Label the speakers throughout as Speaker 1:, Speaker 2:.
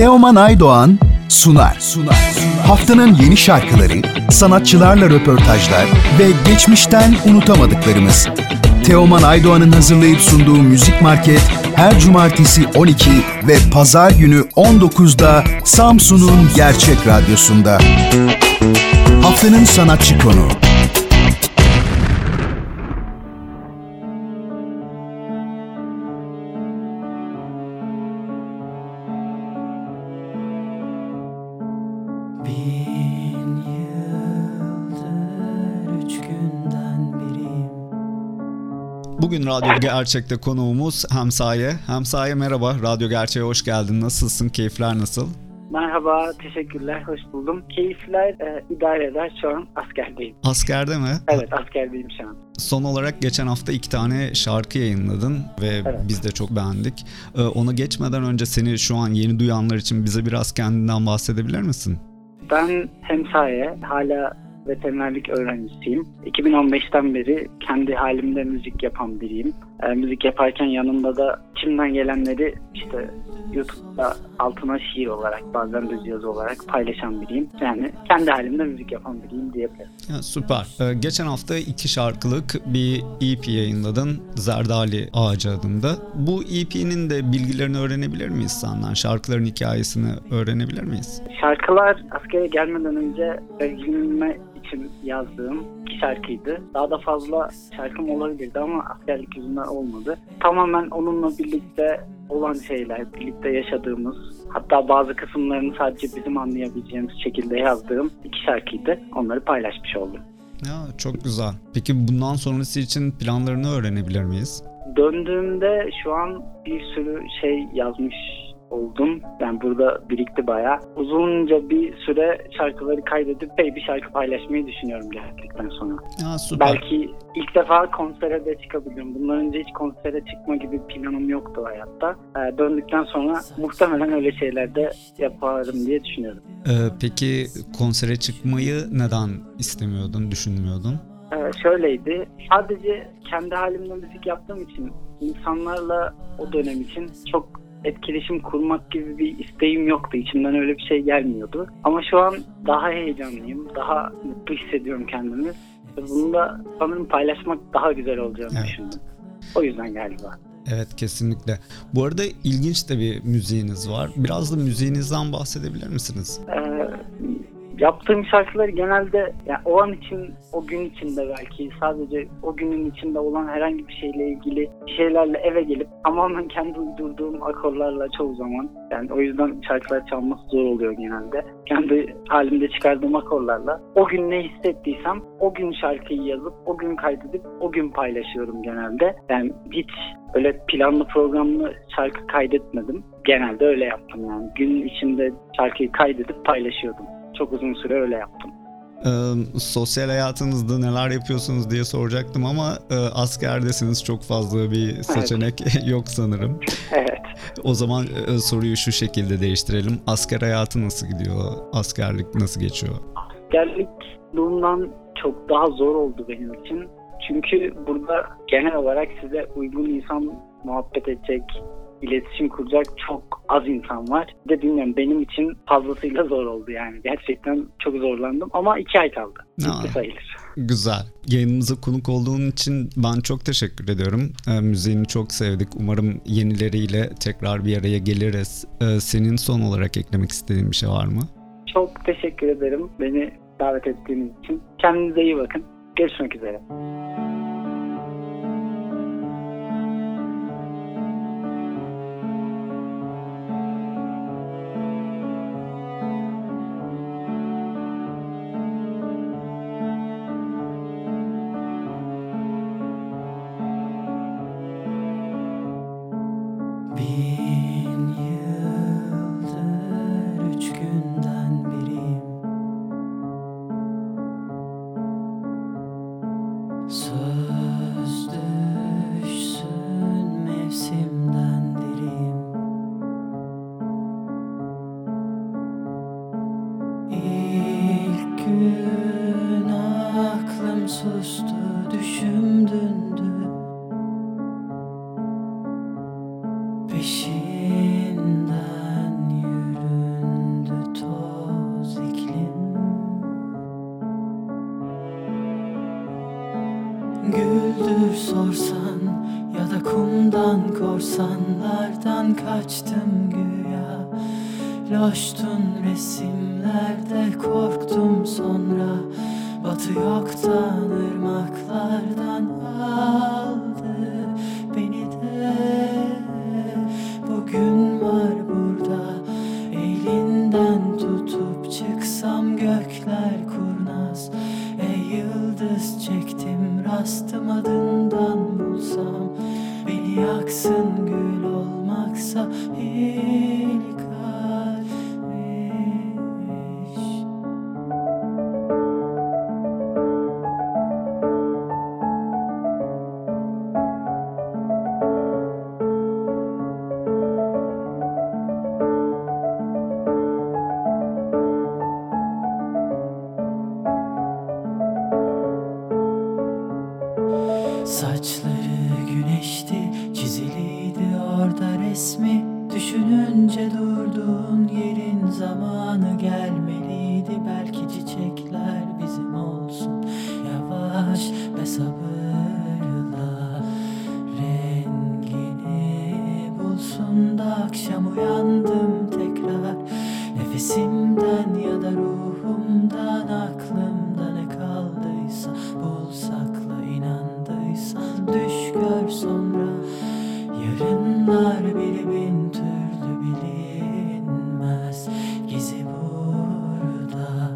Speaker 1: Teoman Aydoğan sunar. Haftanın yeni şarkıları, sanatçılarla röportajlar ve geçmişten unutamadıklarımız. Teoman Aydoğan'ın hazırlayıp sunduğu Müzik Market her cumartesi 12 ve pazar günü 19'da Samsun'un Gerçek Radyosu'nda. Haftanın sanatçı konuğu.
Speaker 2: Bugün Radyo Gerçek'te konuğumuz Hemsaye. Hemsaye merhaba, Radyo Gerçek'e hoş geldin. Nasılsın, keyifler nasıl?
Speaker 3: Merhaba, teşekkürler, hoş buldum. Keyifler idare eder, şu an askerdeyim.
Speaker 2: Askerde mi?
Speaker 3: Evet, askerdeyim şu an.
Speaker 2: Son olarak geçen hafta 2 tane şarkı yayınladın ve
Speaker 3: evet,
Speaker 2: biz de çok beğendik. Ona geçmeden önce seni şu an yeni duyanlar için bize biraz kendinden bahsedebilir misin?
Speaker 3: Ben Hemsaye, hala veterinerlik öğrencisiyim. 2015'ten beri kendi halimde müzik yapan biriyim. Müzik yaparken yanında da içimden gelenleri işte YouTube'da altına şiir olarak, bazen düz yazı olarak paylaşan biriyim. Yani kendi halimde müzik yapan biriyim diyebilirim.
Speaker 2: Ya, süper. Geçen hafta 2 şarkılık bir EP yayınladın, Zerdali Ağacı adında. Bu EP'nin de bilgilerini öğrenebilir miyiz senden? Şarkıların hikayesini öğrenebilir miyiz?
Speaker 3: Şarkılar askere gelmeden önce sevgilime için yazdığım 2 şarkıydı. Daha da fazla şarkım olabilirdi ama askerlik yüzünden olmadı. Tamamen onunla birlikte olan şeyler, birlikte yaşadığımız, hatta bazı kısımlarını sadece bizim anlayabileceğimiz şekilde yazdığım 2 şarkıydı. Onları paylaşmış oldum.
Speaker 2: Ya, çok güzel. Peki bundan sonrası için planlarını öğrenebilir miyiz?
Speaker 3: Döndüğümde şu an bir sürü şey yazmış oldum. Yani burada birikti bayağı. Uzunca bir süre şarkıları kaydedip bir şarkı paylaşmayı düşünüyorum geldikten sonra.
Speaker 2: Ya, süper.
Speaker 3: Belki ilk defa konsere de çıkabilirim. Bundan önce hiç konsere çıkma gibi bir planım yoktu hayatta. Döndükten sonra muhtemelen öyle şeyler de yaparım diye düşünüyorum.
Speaker 2: Peki konsere çıkmayı neden istemiyordun, düşünmüyordun?
Speaker 3: Şöyleydi. Sadece kendi halimde müzik yaptığım için insanlarla o dönem için çok etkileşim kurmak gibi bir isteğim yoktu. İçimden öyle bir şey gelmiyordu. Ama şu an daha heyecanlıyım. Daha mutlu hissediyorum kendimi. Bunu da sanırım paylaşmak daha güzel olacağını düşündüm. O yüzden galiba.
Speaker 2: Evet, kesinlikle. Bu arada ilginç de bir müziğiniz var. Biraz da müziğinizden bahsedebilir misiniz?
Speaker 3: Yaptığım şarkıları genelde yani o an için, o gün içinde belki sadece o günün içinde olan herhangi bir şeyle ilgili şeylerle eve gelip tamamen kendi uydurduğum akorlarla çoğu zaman, yani o yüzden şarkılar çalması zor oluyor genelde. Kendi halimde çıkardığım akorlarla o gün ne hissettiysem o gün şarkıyı yazıp o gün kaydedip o gün paylaşıyorum genelde. Yani hiç öyle planlı programlı şarkı kaydetmedim. Genelde öyle yaptım yani. Gün içinde şarkıyı kaydedip paylaşıyordum. Çok uzun süre öyle yaptım.
Speaker 2: Sosyal hayatınızda neler yapıyorsunuz diye soracaktım ama askerdesiniz, çok fazla bir seçenek yok sanırım.
Speaker 3: Evet.
Speaker 2: O zaman soruyu şu şekilde değiştirelim. Asker hayatı nasıl gidiyor? Askerlik nasıl geçiyor?
Speaker 3: Askerlik bundan çok daha zor oldu benim için. Çünkü burada genel olarak size uygun insan, muhabbet edecek, iletişim kuracak çok az insan var. De bilmiyorum, benim için fazlasıyla zor oldu yani. Gerçekten çok zorlandım ama 2 ay kaldı. Bitti sayılır.
Speaker 2: Güzel. Yayınımıza konuk olduğun için ben çok teşekkür ediyorum. Müziğini çok sevdik. Umarım yenileriyle tekrar bir araya geliriz. Senin son olarak eklemek istediğin bir şey var mı?
Speaker 3: Çok teşekkür ederim beni davet ettiğiniz için. Kendinize iyi bakın. Görüşmek üzere.
Speaker 4: So Güldür sorsan ya da kumdan korsanlardan kaçtım güya. Loştun resimlerde korktum sonra. Batı yoktan ırmaklardan aldı beni de. Bugün var burada, elinden tutup çıksam gökler kurnaz. Ey yıldız çektim rastım adından bulsam. Beni yaksın gül olmaksa ilk harfmiş. Saçları güneşti, çiziliydi orada resmi. Düşününce durduğun yerin zamanı gelmeliydi. Belki çiçekler bizim olsun, yavaş ve sabırla rengini bulsun da akşam uyandım tekrar. Nefesimden ya da ruhumdan, aklımda ne kaldıysa bulsakla inandıysan düş gör sonra. Yarınlar bile bin türlü bilinmez, gizli burada.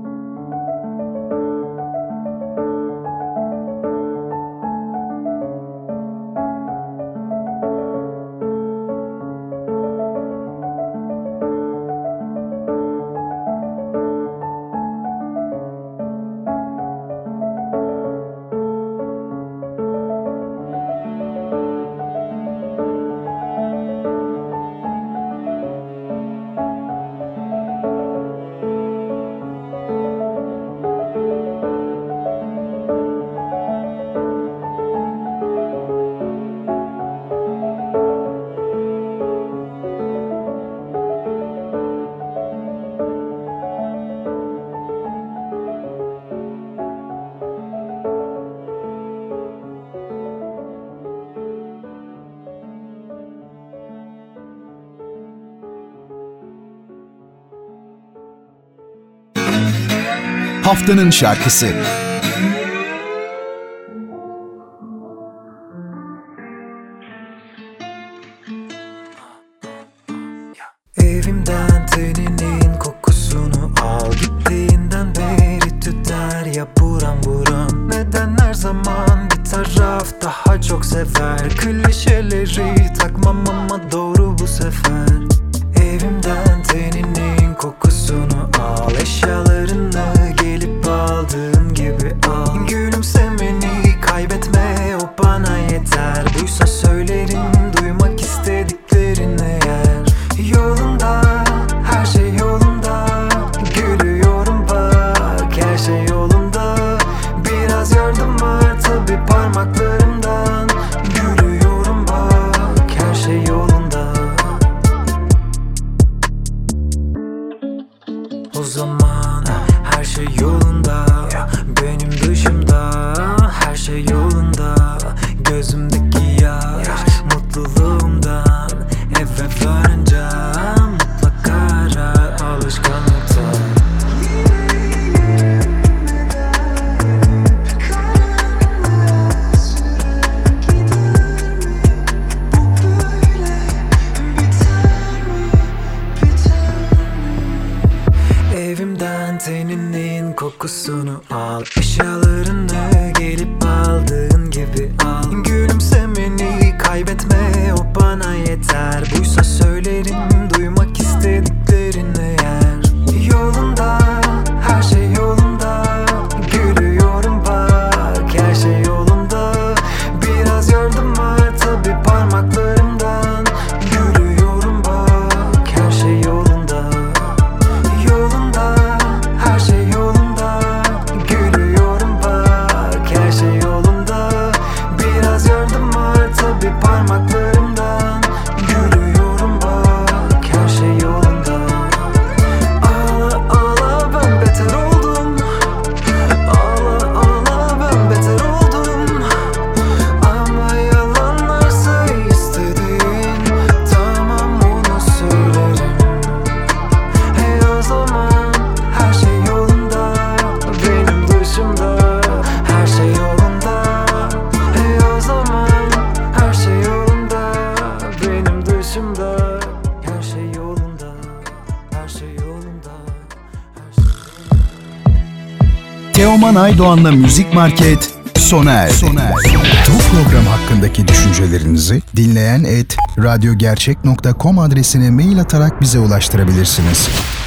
Speaker 1: Haftanın şarkısı.
Speaker 5: Evimden teninin kokusunu al. Gittiğinden beri tüter ya buram buram. Neden her zaman bir taraf daha çok sever? Klişeleri takmam ama doğru bu sefer. Evimden teninin kokusunu al. Eşyalarını gelip aldığın gibi al. Gülümsemeni kaybetme, o bana yeter. Buysa söylerim duymak istediklerini eğer. Yolunda, her şey yolunda. Gülüyorum bak, her şey yolunda. Biraz yardım var tabi parmaklarımdan. Gülüyorum bak, her şey yolunda. O zaman her şey yolunda. Benim dışımda her şey yolunda. Gözümdeki yaş mutluluğumdan. Eve varınca mutlaka ara alışkanlıktan. Evimden teninin kokusunu al. Eşyalarını gelip aldığın gibi al. Gülümsemeni kaybetme, o bana yeter. Buysa söylerim duymak istediklerini eğer. Yolunda, her şey yolunda. Gülüyorum bak, her şey yolunda. Biraz yardım var tabi parmaklarımdan. Gülüyorum bak, her şey yolunda. Yolunda, her şey yolunda. Gülüyorum bak, her şey yolunda. Biraz yardım var tabi parmaklarımdan. Gülüyorum bak, her
Speaker 1: Doğan Aydoğan'la Müzik Market sona erdi. Bu program hakkındaki düşüncelerinizi dinleyen @radyogercek.com adresine mail atarak bize ulaştırabilirsiniz.